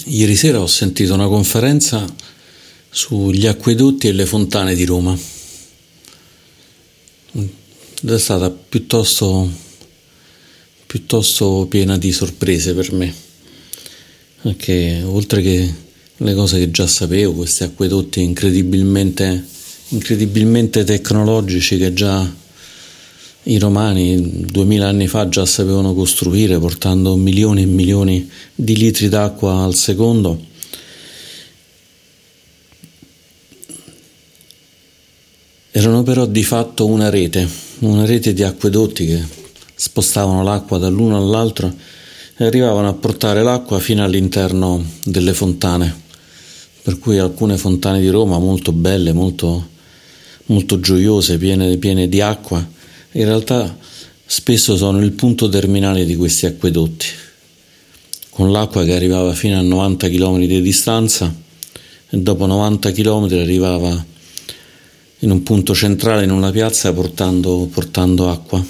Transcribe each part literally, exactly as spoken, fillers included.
Ieri sera ho sentito una conferenza sugli acquedotti e le fontane di Roma. Ed è stata piuttosto, piuttosto piena di sorprese per me, perché oltre che le cose che già sapevo, questi acquedotti incredibilmente, incredibilmente tecnologici che già i romani duemila anni fa già sapevano costruire, portando milioni e milioni di litri d'acqua al secondo. Erano però di fatto una rete, una rete di acquedotti che spostavano l'acqua dall'uno all'altro e arrivavano a portare l'acqua fino all'interno delle fontane, per cui alcune fontane di Roma molto belle, molto, molto gioiose, piene, piene di acqua, in realtà spesso sono il punto terminale di questi acquedotti, con l'acqua che arrivava fino a novanta chilometri di distanza e dopo novanta chilometri arrivava in un punto centrale, in una piazza, portando, portando acqua.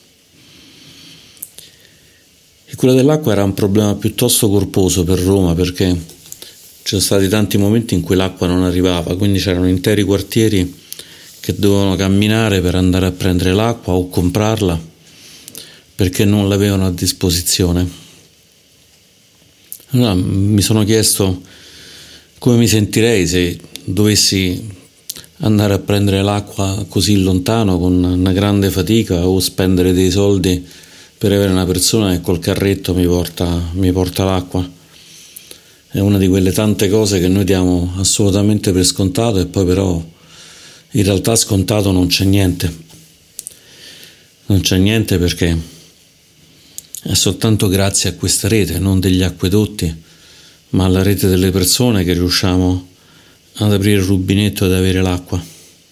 E quella dell'acqua era un problema piuttosto corposo per Roma, perché ci sono stati tanti momenti in cui l'acqua non arrivava, quindi c'erano interi quartieri che dovevano camminare per andare a prendere l'acqua o comprarla perché non l'avevano a disposizione. Allora mi sono chiesto come mi sentirei se dovessi andare a prendere l'acqua così lontano con una grande fatica, o spendere dei soldi per avere una persona che col carretto mi porta, mi porta l'acqua. È una di quelle tante cose che noi diamo assolutamente per scontato e poi però in realtà scontato non c'è niente. Non c'è niente perché è soltanto grazie a questa rete, non degli acquedotti, ma alla rete delle persone, che riusciamo ad aprire il rubinetto ed avere l'acqua.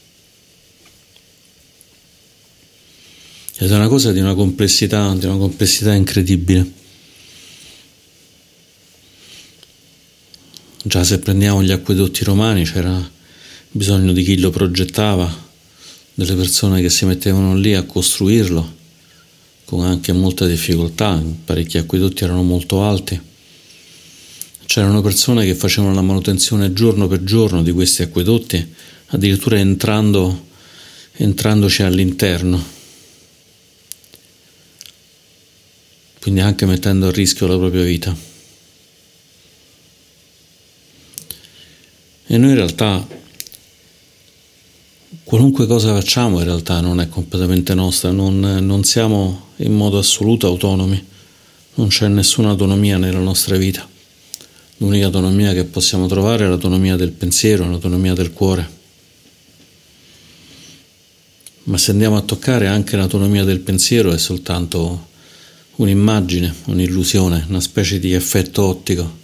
Ed è una cosa di una complessità, di una complessità incredibile. Già se prendiamo gli acquedotti romani c'era bisogno di chi lo progettava, delle persone che si mettevano lì a costruirlo, con anche molta difficoltà, parecchi acquedotti erano molto alti. C'erano persone che facevano la manutenzione giorno per giorno di questi acquedotti, addirittura entrando, entrandoci all'interno, quindi anche mettendo a rischio la propria vita. E noi in realtà qualunque cosa facciamo in realtà non è completamente nostra, non, non siamo in modo assoluto autonomi, non c'è nessuna autonomia nella nostra vita. L'unica autonomia che possiamo trovare è l'autonomia del pensiero, l'autonomia del cuore. Ma se andiamo a toccare anche l'autonomia del pensiero è soltanto un'immagine, un'illusione, una specie di effetto ottico.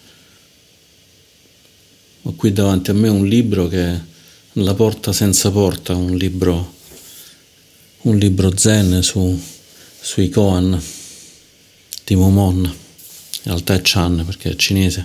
Ho qui davanti a me un libro che è La porta senza porta, un libro, un libro zen su, sui koan di Momon, in realtà è Chan perché è cinese,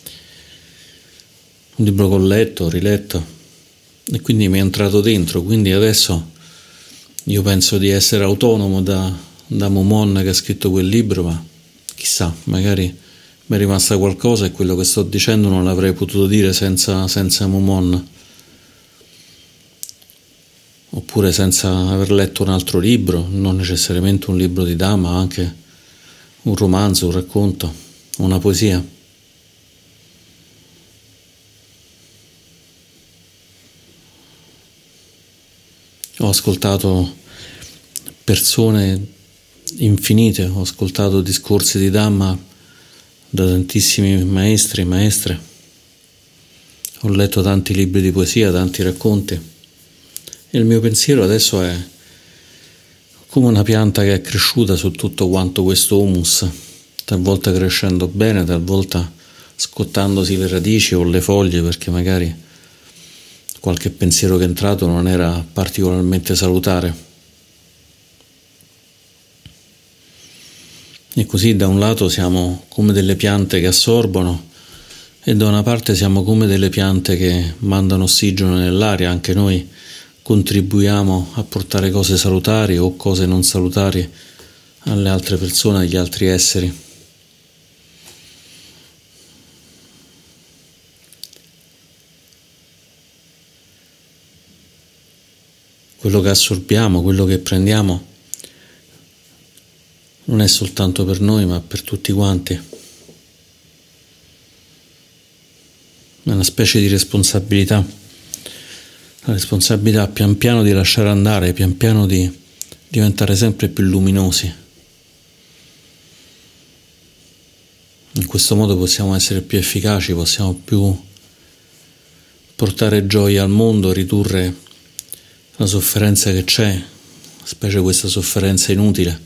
un libro che ho letto, riletto e quindi mi è entrato dentro, quindi adesso io penso di essere autonomo da, da Momon che ha scritto quel libro, ma chissà, magari mi è rimasta qualcosa e quello che sto dicendo non l'avrei potuto dire senza, senza Momon, oppure senza aver letto un altro libro, non necessariamente un libro di Dhamma, ma anche un romanzo, un racconto, una poesia. Ho ascoltato persone infinite, ho ascoltato discorsi di Dhamma da tantissimi maestri e maestre, ho letto tanti libri di poesia, tanti racconti, e il mio pensiero adesso è come una pianta che è cresciuta su tutto quanto questo humus, talvolta crescendo bene, talvolta scottandosi le radici o le foglie perché magari qualche pensiero che è entrato non era particolarmente salutare. E così da un lato siamo come delle piante che assorbono e da una parte siamo come delle piante che mandano ossigeno nell'aria. Anche noi contribuiamo a portare cose salutari o cose non salutari alle altre persone, agli altri esseri. quello che assorbiamo, quello che prendiamo, non è soltanto per noi, ma per tutti quanti. È una specie di responsabilità, la responsabilità pian piano di lasciare andare, pian piano di diventare sempre più luminosi. In questo modo possiamo essere più efficaci, possiamo più portare gioia al mondo, ridurre la sofferenza che c'è, specie questa sofferenza inutile.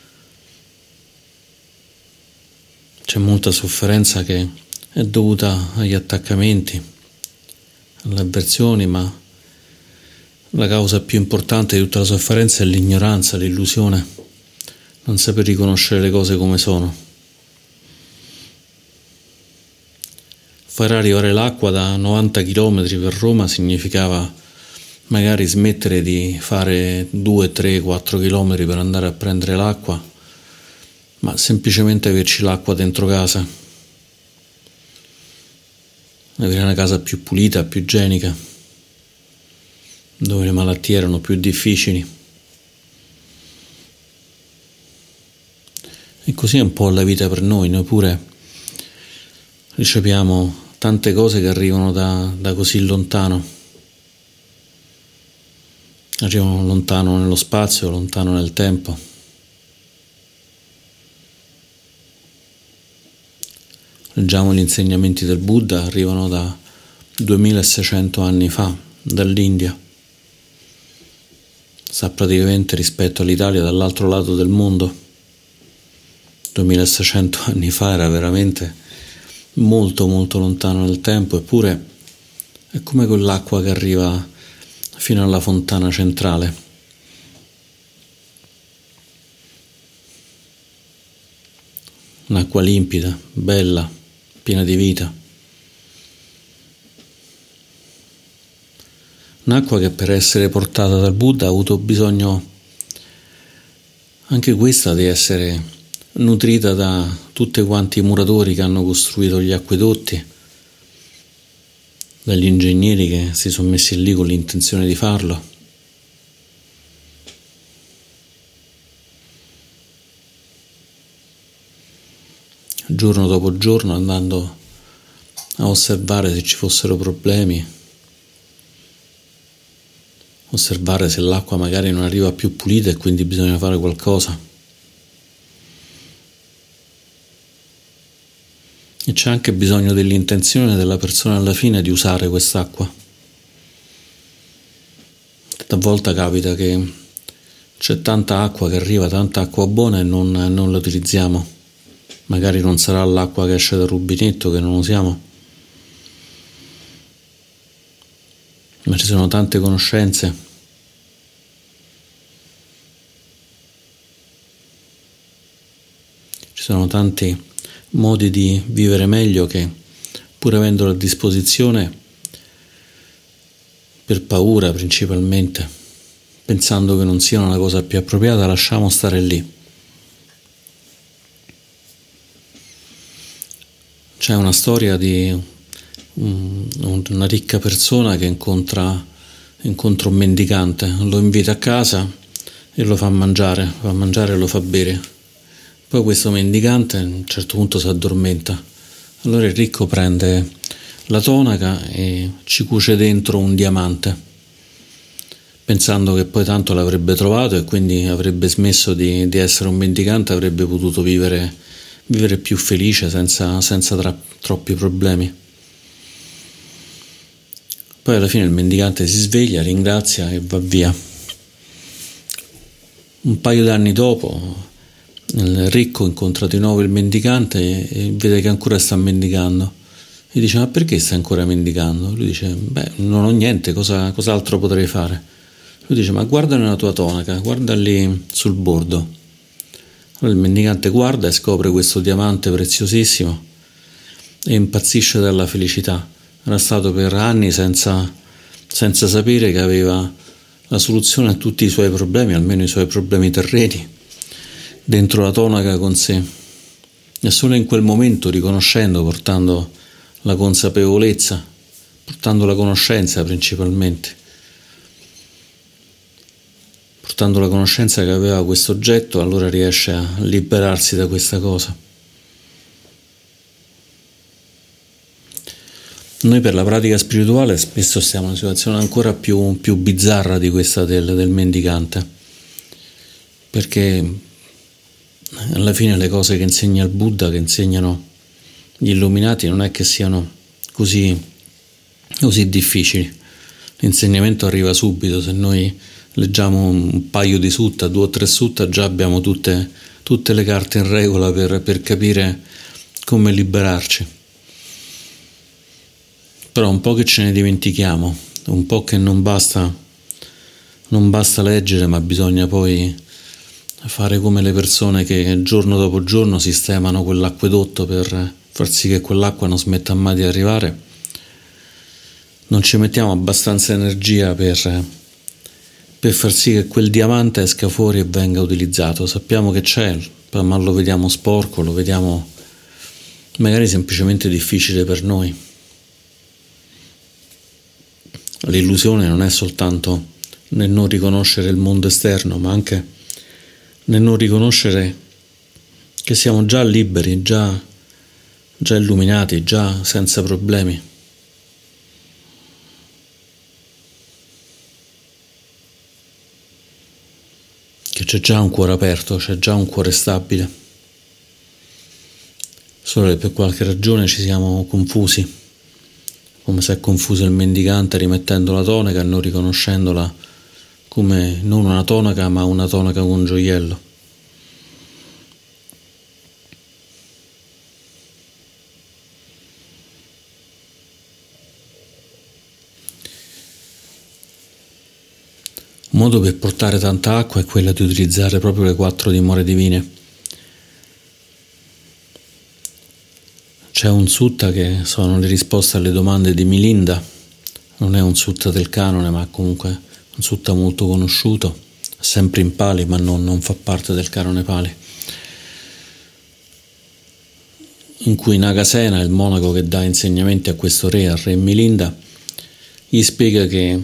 C'è molta sofferenza che è dovuta agli attaccamenti, alle avversioni, ma la causa più importante di tutta la sofferenza è l'ignoranza, l'illusione, non saper riconoscere le cose come sono. Far arrivare l'acqua da novanta chilometri per Roma significava magari smettere di fare due, tre, quattro chilometri per andare a prendere l'acqua, ma semplicemente averci l'acqua dentro casa, avere una casa più pulita, più igienica, dove le malattie erano più difficili. E così è un po' la vita per noi, noi pure riceviamo tante cose che arrivano da, da così lontano, arrivano lontano nello spazio, lontano nel tempo. Leggiamo gli insegnamenti del Buddha, arrivano da duemilaseicento anni fa, dall'India. Sta praticamente rispetto all'Italia dall'altro lato del mondo. duemilaseicento anni fa era veramente molto molto lontano nel tempo, eppure è come quell'acqua che arriva fino alla fontana centrale. Un'acqua limpida, bella, piena di vita. Un'acqua che per essere portata dal Buddha ha avuto bisogno anche questa di essere nutrita da tutti quanti i muratori che hanno costruito gli acquedotti, dagli ingegneri che si sono messi lì con l'intenzione di farlo. Giorno dopo giorno, andando a osservare se ci fossero problemi, osservare se l'acqua magari non arriva più pulita e quindi bisogna fare qualcosa. E c'è anche bisogno dell'intenzione della persona alla fine di usare quest'acqua. Talvolta capita che c'è tanta acqua che arriva, tanta acqua buona e non, non la utilizziamo. Magari non sarà l'acqua che esce dal rubinetto che non usiamo, ma ci sono tante conoscenze, ci sono tanti modi di vivere meglio che, pur avendolo a disposizione, per paura principalmente, pensando che non sia una cosa più appropriata, lasciamo stare lì. C'è una storia di una ricca persona che incontra, incontra un mendicante, lo invita a casa e lo fa mangiare, lo fa mangiare e lo fa bere. Poi questo mendicante a un certo punto si addormenta. Allora il ricco prende la tonaca e ci cuce dentro un diamante, pensando che poi tanto l'avrebbe trovato e quindi avrebbe smesso di, di essere un mendicante, avrebbe potuto vivere, vivere più felice senza, senza tra, troppi problemi. Poi alla fine il mendicante si sveglia, ringrazia e va via. Un paio d'anni dopo il ricco incontra di nuovo il mendicante e vede che ancora sta mendicando. Gli dice: ma perché stai ancora mendicando? Lui dice: beh, non ho niente, cosa, cos'altro potrei fare? Lui dice: ma guarda nella tua tonaca, guarda lì sul bordo. Allora il mendicante guarda e scopre questo diamante preziosissimo e impazzisce dalla felicità. Era stato per anni senza, senza sapere che aveva la soluzione a tutti i suoi problemi, almeno i suoi problemi terreni, dentro la tonaca con sé. E solo in quel momento, riconoscendo, portando la consapevolezza, portando la conoscenza principalmente, portando la conoscenza che aveva questo oggetto, allora riesce a liberarsi da questa cosa. Noi per la pratica spirituale spesso stiamo in una situazione ancora più, più bizzarra di questa del, del mendicante, perché alla fine le cose che insegna il Buddha, che insegnano gli illuminati, non è che siano così, così difficili. L'insegnamento arriva subito, se noi leggiamo un paio di sutta, due o tre sutta, già abbiamo tutte, tutte le carte in regola per, per capire come liberarci. Però un po' che ce ne dimentichiamo, un po' che non basta, non basta leggere, ma bisogna poi fare come le persone che giorno dopo giorno sistemano quell'acquedotto per far sì che quell'acqua non smetta mai di arrivare. Non ci mettiamo abbastanza energia per, per far sì che quel diamante esca fuori e venga utilizzato. Sappiamo che c'è, ma lo vediamo sporco, lo vediamo magari semplicemente difficile per noi. L'illusione non è soltanto nel non riconoscere il mondo esterno, ma anche nel non riconoscere che siamo già liberi, già, già illuminati, già senza problemi. Che c'è già un cuore aperto, c'è già un cuore stabile. Solo che per qualche ragione ci siamo confusi, come se è confuso il mendicante rimettendo la tonaca e non riconoscendola come non una tonaca ma una tonaca con un gioiello. Un modo per portare tanta acqua è quello di utilizzare proprio le quattro dimore divine. C'è un sutta che sono le risposte alle domande di Milinda, non è un sutta del canone, ma comunque un sutta molto conosciuto, sempre in Pali, ma non, non fa parte del canone Pali, in cui Nagasena, il monaco che dà insegnamenti a questo re, al re Milinda, gli spiega che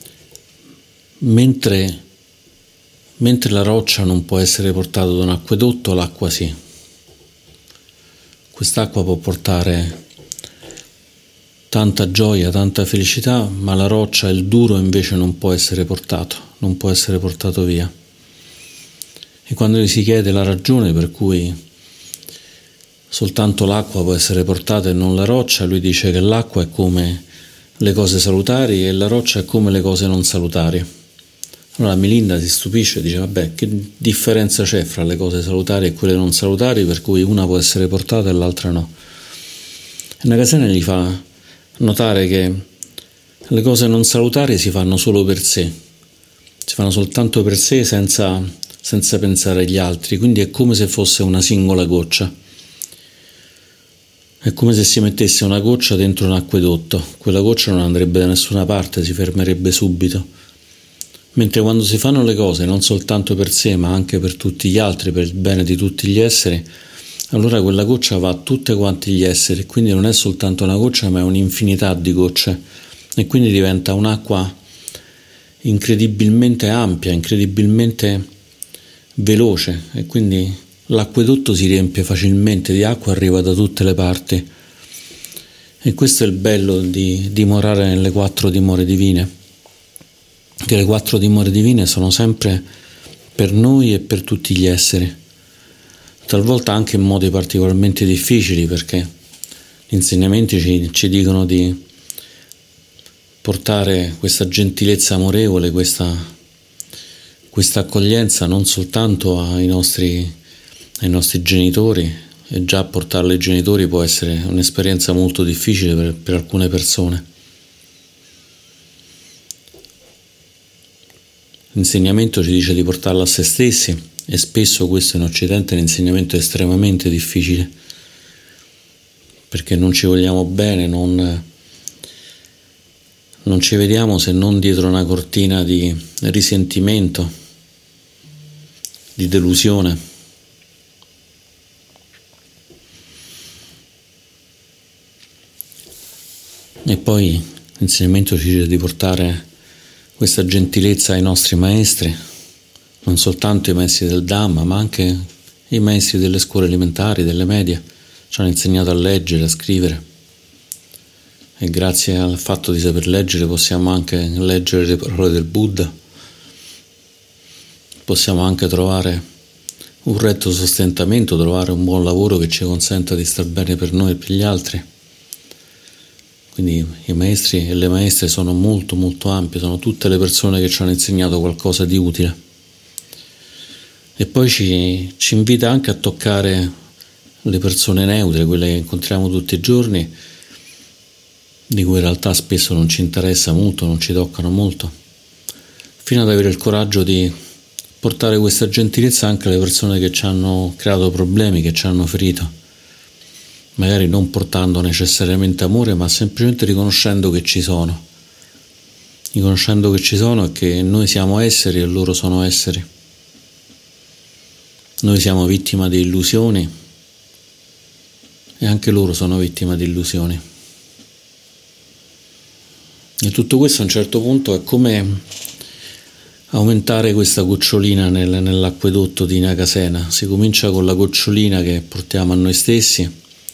mentre, mentre la roccia non può essere portata da un acquedotto, l'acqua sì. Quest'acqua può portare tanta gioia, tanta felicità, ma la roccia, il duro invece non può essere portato, non può essere portato via. E quando gli si chiede la ragione per cui soltanto l'acqua può essere portata e non la roccia, lui dice che l'acqua è come le cose salutari e la roccia è come le cose non salutari. Allora Milinda si stupisce e dice: vabbè, che differenza c'è fra le cose salutari e quelle non salutari per cui una può essere portata e l'altra no? E Nagasena gli fa notare che le cose non salutari si fanno solo per sé, si fanno soltanto per sé senza, senza pensare agli altri, quindi è come se fosse una singola goccia. È come se si mettesse una goccia dentro un acquedotto, quella goccia non andrebbe da nessuna parte, si fermerebbe subito. Mentre quando si fanno le cose non soltanto per sé ma anche per tutti gli altri, per il bene di tutti gli esseri, allora quella goccia va a tutti quanti gli esseri, quindi non è soltanto una goccia ma è un'infinità di gocce e quindi diventa un'acqua incredibilmente ampia, incredibilmente veloce e quindi l'acquedotto si riempie facilmente di acqua, arriva da tutte le parti. E questo è il bello di dimorare nelle quattro dimore divine, che le quattro dimore divine sono sempre per noi e per tutti gli esseri, talvolta anche in modi particolarmente difficili, perché gli insegnamenti ci, ci dicono di portare questa gentilezza amorevole, questa, questa accoglienza non soltanto ai nostri, ai nostri genitori, e già portarla ai genitori può essere un'esperienza molto difficile per, per alcune persone. L'insegnamento ci dice di portarla a se stessi e spesso questo in Occidente è un insegnamento estremamente difficile, perché non ci vogliamo bene, non, non ci vediamo se non dietro una cortina di risentimento, di delusione. E poi l'insegnamento ci dice di portare questa gentilezza ai nostri maestri, non soltanto i maestri del Dhamma, ma anche i maestri delle scuole elementari, delle medie, ci hanno insegnato a leggere, a scrivere. E grazie al fatto di saper leggere possiamo anche leggere le parole del Buddha, possiamo anche trovare un retto sostentamento, trovare un buon lavoro che ci consenta di star bene per noi e per gli altri. Quindi i maestri e le maestre sono molto molto ampi, sono tutte le persone che ci hanno insegnato qualcosa di utile. E poi ci, ci invita anche a toccare le persone neutre, quelle che incontriamo tutti i giorni, di cui in realtà spesso non ci interessa molto, non ci toccano molto, fino ad avere il coraggio di portare questa gentilezza anche alle persone che ci hanno creato problemi, che ci hanno ferito, magari non portando necessariamente amore, ma semplicemente riconoscendo che ci sono, riconoscendo che ci sono e che noi siamo esseri e loro sono esseri. Noi siamo vittima di illusioni e anche loro sono vittima di illusioni. E tutto questo a un certo punto è come aumentare questa gocciolina nel, nell'acquedotto di Nagasena. Si comincia con la gocciolina che portiamo a noi stessi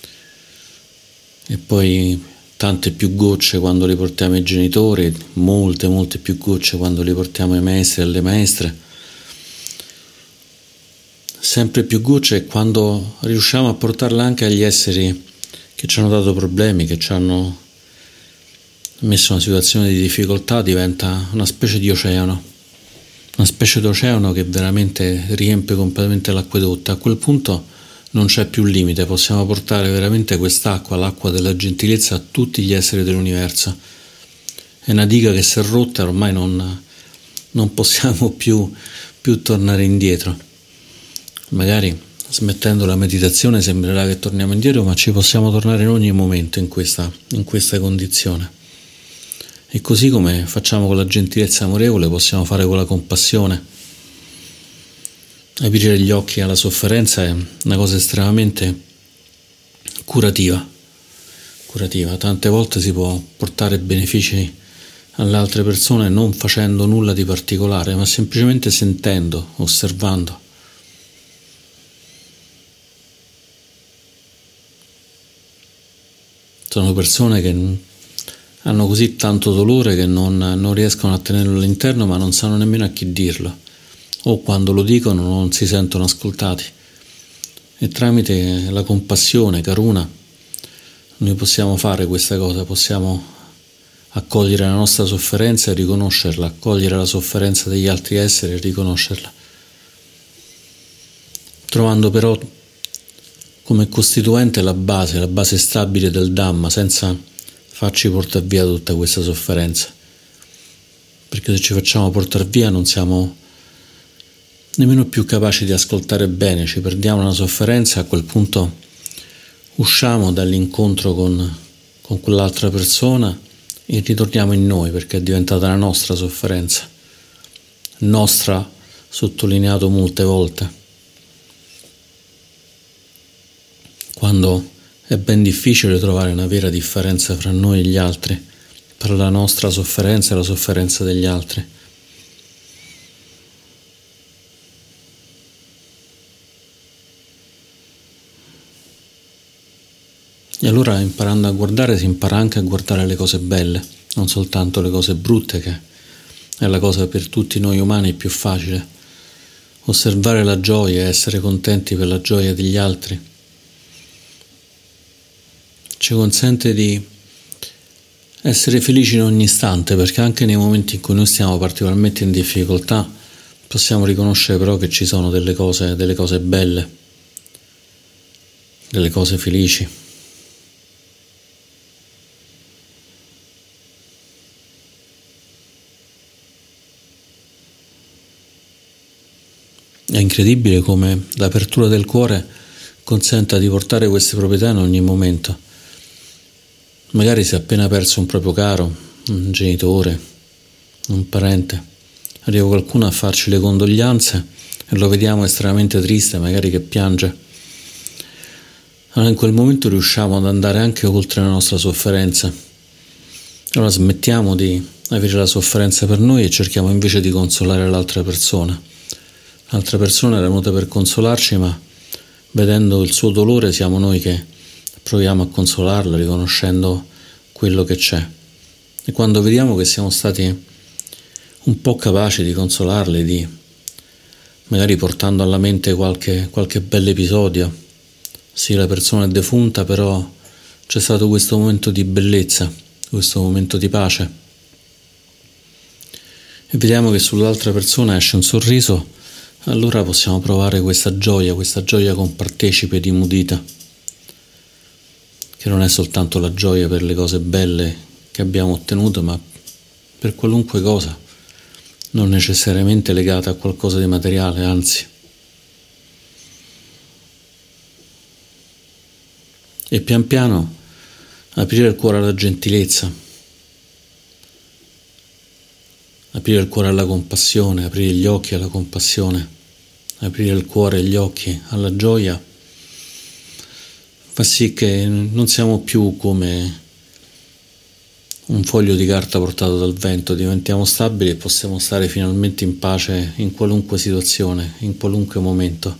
e poi tante più gocce quando li portiamo ai genitori, molte molte più gocce quando li portiamo ai maestri e alle maestre, sempre più gocce quando riusciamo a portarle anche agli esseri che ci hanno dato problemi, che ci hanno messo in una situazione di difficoltà. Diventa una specie di oceano, una specie d'oceano che veramente riempie completamente l'acquedotto. A quel punto non c'è più limite, possiamo portare veramente quest'acqua, l'acqua della gentilezza, a tutti gli esseri dell'universo. È una diga che si è rotta, ormai non, non possiamo più, più tornare indietro. Magari smettendo la meditazione sembrerà che torniamo indietro, ma ci possiamo tornare in ogni momento in questa, in questa condizione. E così come facciamo con la gentilezza amorevole, possiamo fare con la compassione. Aprire gli occhi alla sofferenza è una cosa estremamente curativa. Curativa. Tante volte si può portare benefici alle altre persone non facendo nulla di particolare, ma semplicemente sentendo, osservando. Sono persone che hanno così tanto dolore che non, non riescono a tenerlo all'interno, ma non sanno nemmeno a chi dirlo, o quando lo dicono non si sentono ascoltati. E tramite la compassione, Karuna, noi possiamo fare questa cosa, possiamo accogliere la nostra sofferenza e riconoscerla, accogliere la sofferenza degli altri esseri e riconoscerla, trovando però come costituente la base, la base stabile del Dhamma, senza farci portare via tutta questa sofferenza, perché se ci facciamo portare via non siamo nemmeno più capaci di ascoltare bene, ci perdiamo la sofferenza. A quel punto usciamo dall'incontro con, con quell'altra persona e ritorniamo in noi, perché è diventata la nostra sofferenza, nostra sottolineato molte volte, quando è ben difficile trovare una vera differenza fra noi e gli altri, tra la nostra sofferenza e la sofferenza degli altri. E allora, imparando a guardare, si impara anche a guardare le cose belle, non soltanto le cose brutte, che è la cosa per tutti noi umani più facile. Osservare la gioia e essere contenti per la gioia degli altri ci consente di essere felici in ogni istante, perché anche nei momenti in cui noi stiamo particolarmente in difficoltà possiamo riconoscere però che ci sono delle cose, delle cose belle, delle cose felici. È incredibile come l'apertura del cuore consenta di portare queste proprietà in ogni momento. Magari si è appena perso un proprio caro, un genitore, un parente, arriva qualcuno a farci le condoglianze e lo vediamo estremamente triste, magari che piange. Allora in quel momento riusciamo ad andare anche oltre la nostra sofferenza. Allora smettiamo di avere la sofferenza per noi e cerchiamo invece di consolare l'altra persona. l'altra persona era venuta per consolarci, ma vedendo il suo dolore siamo noi che proviamo a consolarlo, riconoscendo quello che c'è. E quando vediamo che siamo stati un po' capaci di consolarli, di magari portando alla mente qualche, qualche bell'episodio, sì, la persona è defunta, però c'è stato questo momento di bellezza, questo momento di pace, e vediamo che sull'altra persona esce un sorriso, allora possiamo provare questa gioia, questa gioia compartecipe di mudita, che non è soltanto la gioia per le cose belle che abbiamo ottenuto, ma per qualunque cosa, non necessariamente legata a qualcosa di materiale, anzi. E pian piano aprire il cuore alla gentilezza, aprire il cuore alla compassione, aprire gli occhi alla compassione, aprire il cuore e gli occhi alla gioia, fa sì che non siamo più come un foglio di carta portato dal vento, diventiamo stabili e possiamo stare finalmente in pace in qualunque situazione, in qualunque momento.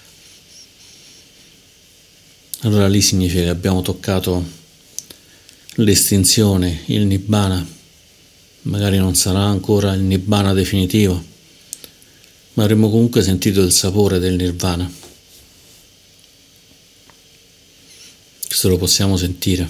Allora lì significa che abbiamo toccato l'estinzione, il Nibbana. Magari non sarà ancora il Nibbana definitivo, ma avremo comunque sentito il sapore del Nirvana. Questo lo possiamo sentire.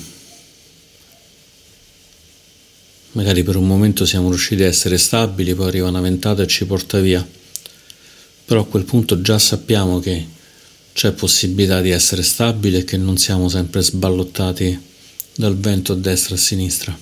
Magari per un momento siamo riusciti a essere stabili, poi arriva una ventata e ci porta via. Però a quel punto già sappiamo che c'è possibilità di essere stabili e che non siamo sempre sballottati dal vento a destra e a sinistra.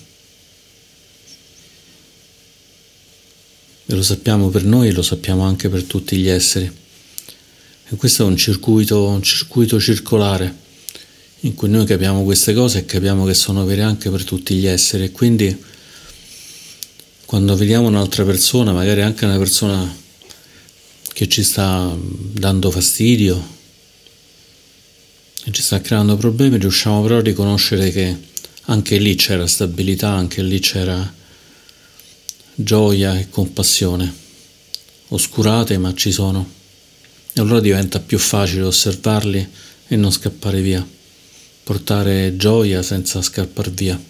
E lo sappiamo per noi e lo sappiamo anche per tutti gli esseri. E questo è un circuito, un circuito circolare in cui noi capiamo queste cose e capiamo che sono vere anche per tutti gli esseri. E quindi quando vediamo un'altra persona, magari anche una persona che ci sta dando fastidio, che ci sta creando problemi, riusciamo però a riconoscere che anche lì c'era stabilità, anche lì c'era gioia e compassione, oscurate ma ci sono, e allora diventa più facile osservarli e non scappare via, portare gioia senza scappar via.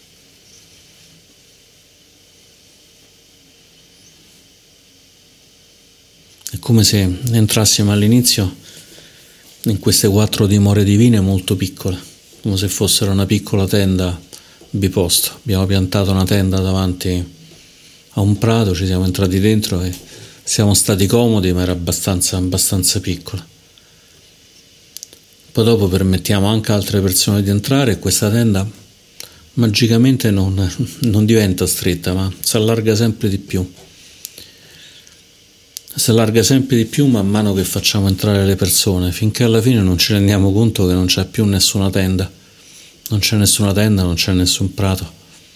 È come se entrassimo all'inizio in queste quattro dimore divine molto piccole, come se fossero una piccola tenda biposto. Abbiamo piantato una tenda davanti a un prato, ci siamo entrati dentro e siamo stati comodi, ma era abbastanza, abbastanza piccola. Poi dopo permettiamo anche a altre persone di entrare e questa tenda magicamente non, non diventa stretta, ma si allarga sempre di più. Si allarga sempre di più man mano che facciamo entrare le persone, finché alla fine non ci rendiamo conto che non c'è più nessuna tenda. Non c'è nessuna tenda, non c'è nessun prato,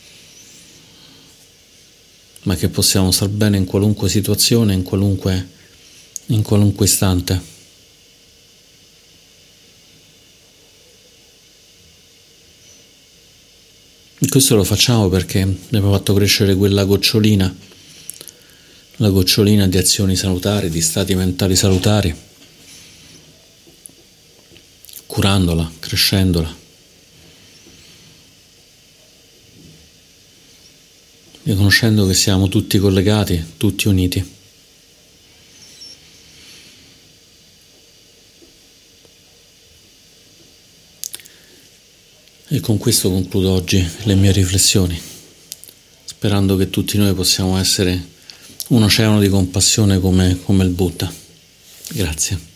ma che possiamo star bene in qualunque situazione, in qualunque, in qualunque istante. E questo lo facciamo perché abbiamo fatto crescere quella gocciolina, la gocciolina di azioni salutari, di stati mentali salutari, curandola, crescendola, riconoscendo che siamo tutti collegati, tutti uniti. E con questo concludo oggi le mie riflessioni, sperando che tutti noi possiamo essere un oceano di compassione come, come il Buddha. Grazie.